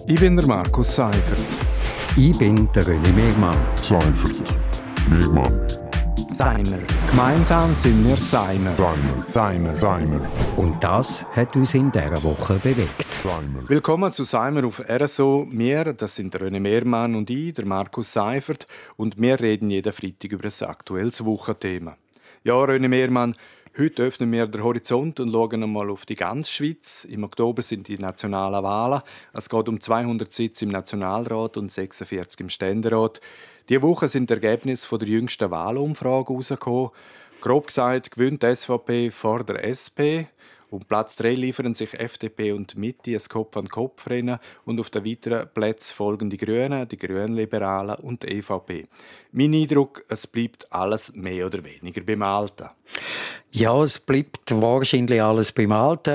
Ich bin der Markus Seifert. Ich bin der René Megmann. Seifert. Megmann. Seimer. Gemeinsam sind wir Seimer. Seimer. Und das hat uns in dieser Woche bewegt. Seimer. Willkommen zu Seimer auf RSO. Wir, das sind der René Megmann und ich, der Markus Seifert. Und wir reden jeden Freitag über ein aktuelles Wochenthema. Ja, René Megmann, heute öffnen wir den Horizont und schauen einmal auf die ganze Schweiz. Im Oktober sind die nationalen Wahlen. Es geht um 200 Sitze im Nationalrat und 46 im Ständerat. Diese Woche sind die Ergebnisse der jüngsten Wahlumfrage herausgekommen. Grob gesagt gewinnt die SVP vor der SP. Um Platz 3 liefern sich FDP und Mitte ein Kopf-an-Kopf-Rennen und auf den weiteren Plätzen folgen die Grünen, die Grünliberalen und die EVP. Mein Eindruck, es bleibt alles mehr oder weniger beim Alten. Ja, es bleibt wahrscheinlich alles beim Alten.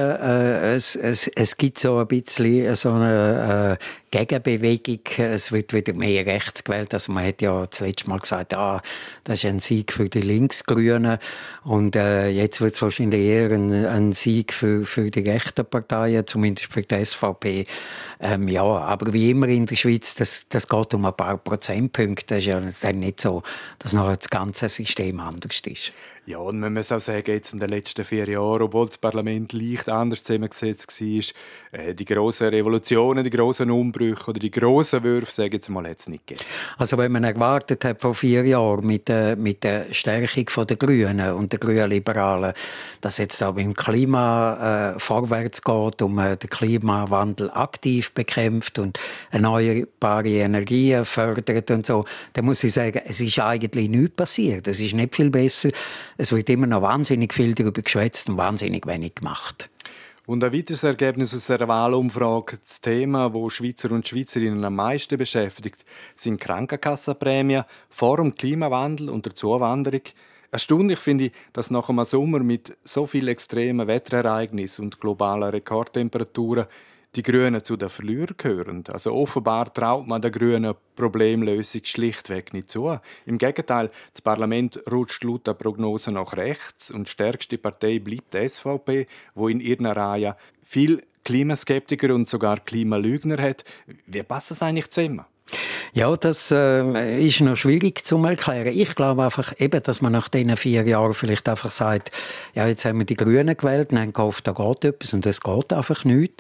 Es gibt so ein bisschen so eine Gegenbewegung. Es wird wieder mehr rechts gewählt. Also man hat ja das letzte Mal gesagt, das ist ein Sieg für die Linksgrünen. Und jetzt wird es wahrscheinlich eher ein Sieg für die rechten Parteien, zumindest für die SVP. Aber wie immer in der Schweiz, das geht um ein paar Prozentpunkte. Das ist ja dann nicht so, dass nachher das ganze System anders ist. Ja, und man muss auch sagen, jetzt in den letzten 4 Jahren, obwohl das Parlament leicht anders zusammengesetzt war, die grossen Revolutionen, die grossen Umbrüche oder die grossen Würfe, sage ich jetzt mal, hat es nicht gegeben. Also wenn man erwartet hat vor 4 Jahren mit der Stärkung der Grünen und der Grünliberalen, dass jetzt da beim Klima vorwärts geht, den Klimawandel aktiv bekämpft und erneuerbare Energien fördert und so, dann muss ich sagen, es ist eigentlich nichts passiert. Es ist nicht viel besser. Es wird immer noch wahnsinnig viel darüber geschwätzt und wahnsinnig wenig gemacht. Und ein weiteres Ergebnis aus der Wahlumfrage, das Thema, das Schweizer und Schweizerinnen am meisten beschäftigt, sind Krankenkassenprämien vor dem Klimawandel und der Zuwanderung. Erstaunlich finde ich, dass nach einem Sommer mit so vielen extremen Wetterereignissen und globalen Rekordtemperaturen die Grünen zu den Verlierern gehören. Also offenbar traut man der Grünen Problemlösung schlichtweg nicht zu. Im Gegenteil, das Parlament rutscht laut der Prognose nach rechts und die stärkste Partei bleibt die SVP, wo in ihren Reihen viel Klimaskeptiker und sogar Klimalügner hat. Wie passt das eigentlich zusammen? Ja, das ist noch schwierig zu erklären. Ich glaube einfach eben, dass man nach diesen 4 Jahren vielleicht einfach sagt, ja, jetzt haben wir die Grünen gewählt und haben gehofft, da geht etwas und es geht einfach nichts.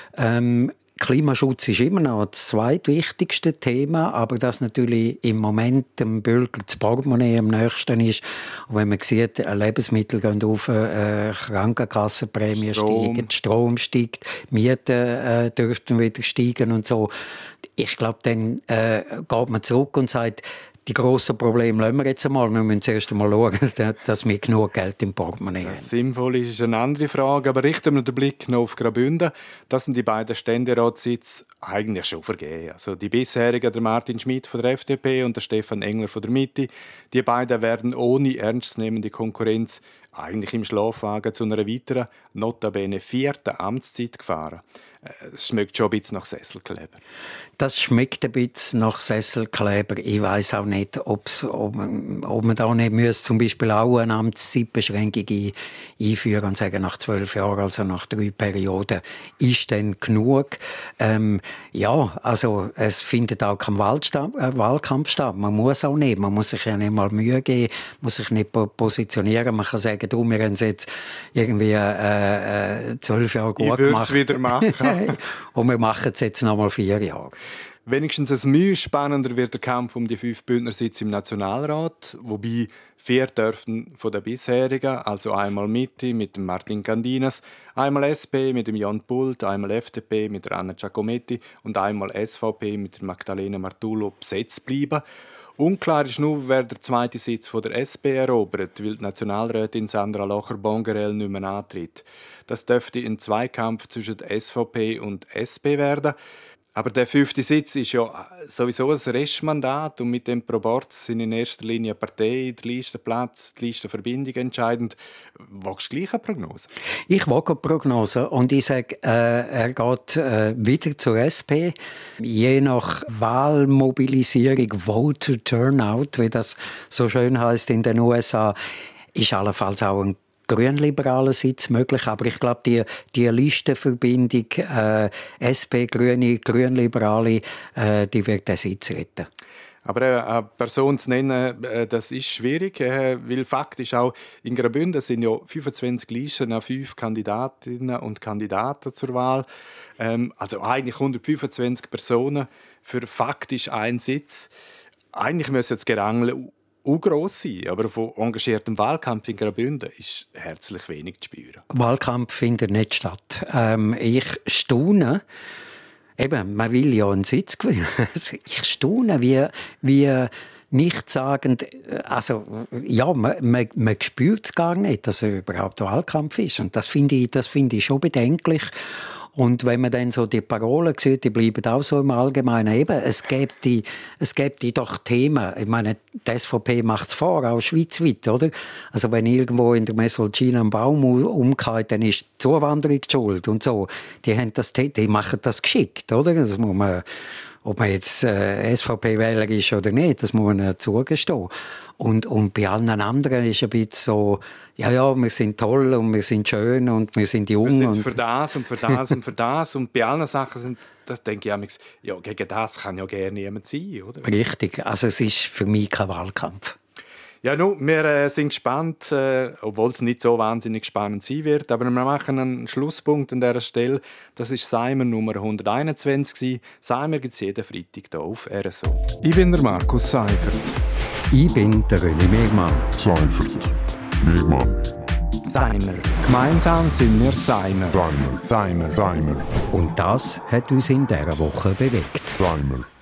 Klimaschutz ist immer noch das zweitwichtigste Thema, aber das natürlich im Moment dem Bürger das Portemonnaie am nächsten ist. Und wenn man sieht, Lebensmittel gehen auf, Krankenkassenprämien steigen, Strom steigt, Mieten dürften wieder steigen und so. Ich glaube, dann geht man zurück und sagt, die grossen Probleme lassen wir jetzt einmal. Wir müssen zuerst einmal schauen, dass wir genug Geld im Portemonnaie haben. Sinnvoll ist eine andere Frage, aber richten wir den Blick noch auf Graubünden. Das sind die beiden Ständeratssitze eigentlich schon vergeben. Also die bisherigen, der Martin Schmid von der FDP und der Stefan Engler von der Mitte, die beiden werden ohne ernstzunehmende Konkurrenz eigentlich im Schlafwagen zu einer weiteren, notabene 4. Amtszeit gefahren. Es schmeckt schon ein bisschen nach Sesselkleber. Das schmeckt ein bisschen nach Sesselkleber. Ich weiss auch nicht, ob man da nicht müsste, zum Beispiel auch eine Amtszeitbeschränkung einführen und sagen, nach 12 Jahren, also nach 3 Perioden, ist dann genug. Also es findet auch kein Wahlkampf statt. Man muss auch nicht. Man muss sich ja nicht mal Mühe geben, muss sich nicht positionieren. Man kann sagen, wir haben es jetzt irgendwie 12 Jahre gut gemacht. Ich würde es wieder machen. Und wir machen es jetzt noch mal 4 Jahre. Wenigstens ein Mühe spannender wird der Kampf um die 5 Bündnersitze im Nationalrat, wobei 4 dürften von den bisherigen, also einmal Mitte mit dem Martin Candinas, einmal SP mit dem Jan Pult, einmal FDP mit der Anna Giacometti und einmal SVP mit der Magdalena Martullo besetzt bleiben. Unklar ist nur, wer der zweite Sitz von der SP erobert, weil die Nationalrätin Sandra Locher-Bongerel nicht mehr antritt. Das dürfte ein Zweikampf zwischen der SVP und SP werden. Aber der 5. Sitz ist ja sowieso ein Restmandat und mit dem Proporz sind in erster Linie die Partei, der Listenplatz, die Listenverbindung entscheidend. Wagst du gleich eine Prognose? Ich wage eine Prognose und ich sage, er geht wieder zur SP. Je nach Wahlmobilisierung, Voter Turnout, wie das so schön heißt in den USA, ist allenfalls auch ein grünliberalen Sitz möglich. Aber ich glaube, die Listenverbindung SP, Grüne, Grünliberale, die wird den Sitz retten. Aber eine Person zu nennen, das ist schwierig, weil faktisch auch in Graubünden sind ja 25 Listen an 5 Kandidatinnen und Kandidaten zur Wahl. Also eigentlich 125 Personen für faktisch einen Sitz. Eigentlich müssen das Gerangel auch gross sein, aber von engagiertem Wahlkampf in Graubünden ist herzlich wenig zu spüren. Wahlkampf findet nicht statt. Ich staune. Eben, man will ja einen Sitz gewinnen. Ich staune, wie nichtssagend, also, ja, man spürt es gar nicht, dass er überhaupt Wahlkampf ist. Und das finde ich schon bedenklich. Und wenn man dann so die Parolen sieht, die bleiben auch so im Allgemeinen. Eben, es gibt doch Themen. Ich meine, die SVP macht es vor, auch schweizweit, oder? Also wenn irgendwo in der Mesolcina ein Baum umgeht, dann ist die Zuwanderung die Schuld und so. Die machen das geschickt, oder? Das muss man, ob man jetzt SVP-Wähler ist oder nicht, das muss man zugestehen. Und bei allen anderen ist ein bisschen so, ja, wir sind toll und wir sind schön und wir sind jung. Wir sind für das und für das und für das. Und bei allen Sachen sind, das denke ich auch, ja, gegen das kann ja gerne niemand sein, oder? Richtig, also es ist für mich kein Wahlkampf. Ja, wir sind gespannt, obwohl es nicht so wahnsinnig spannend sein wird. Aber wir machen einen Schlusspunkt an dieser Stelle. Das war Seimer Nummer 121. Seimer gibt es jeden Freitag hier auf RSO. Ich bin der Markus Seifert. Ich bin der René Megmann. Seifert. Megmann. Seimer. Gemeinsam sind wir Seimer. Seimer. Seimer. Seimer. Und das hat uns in dieser Woche bewegt. Seimer.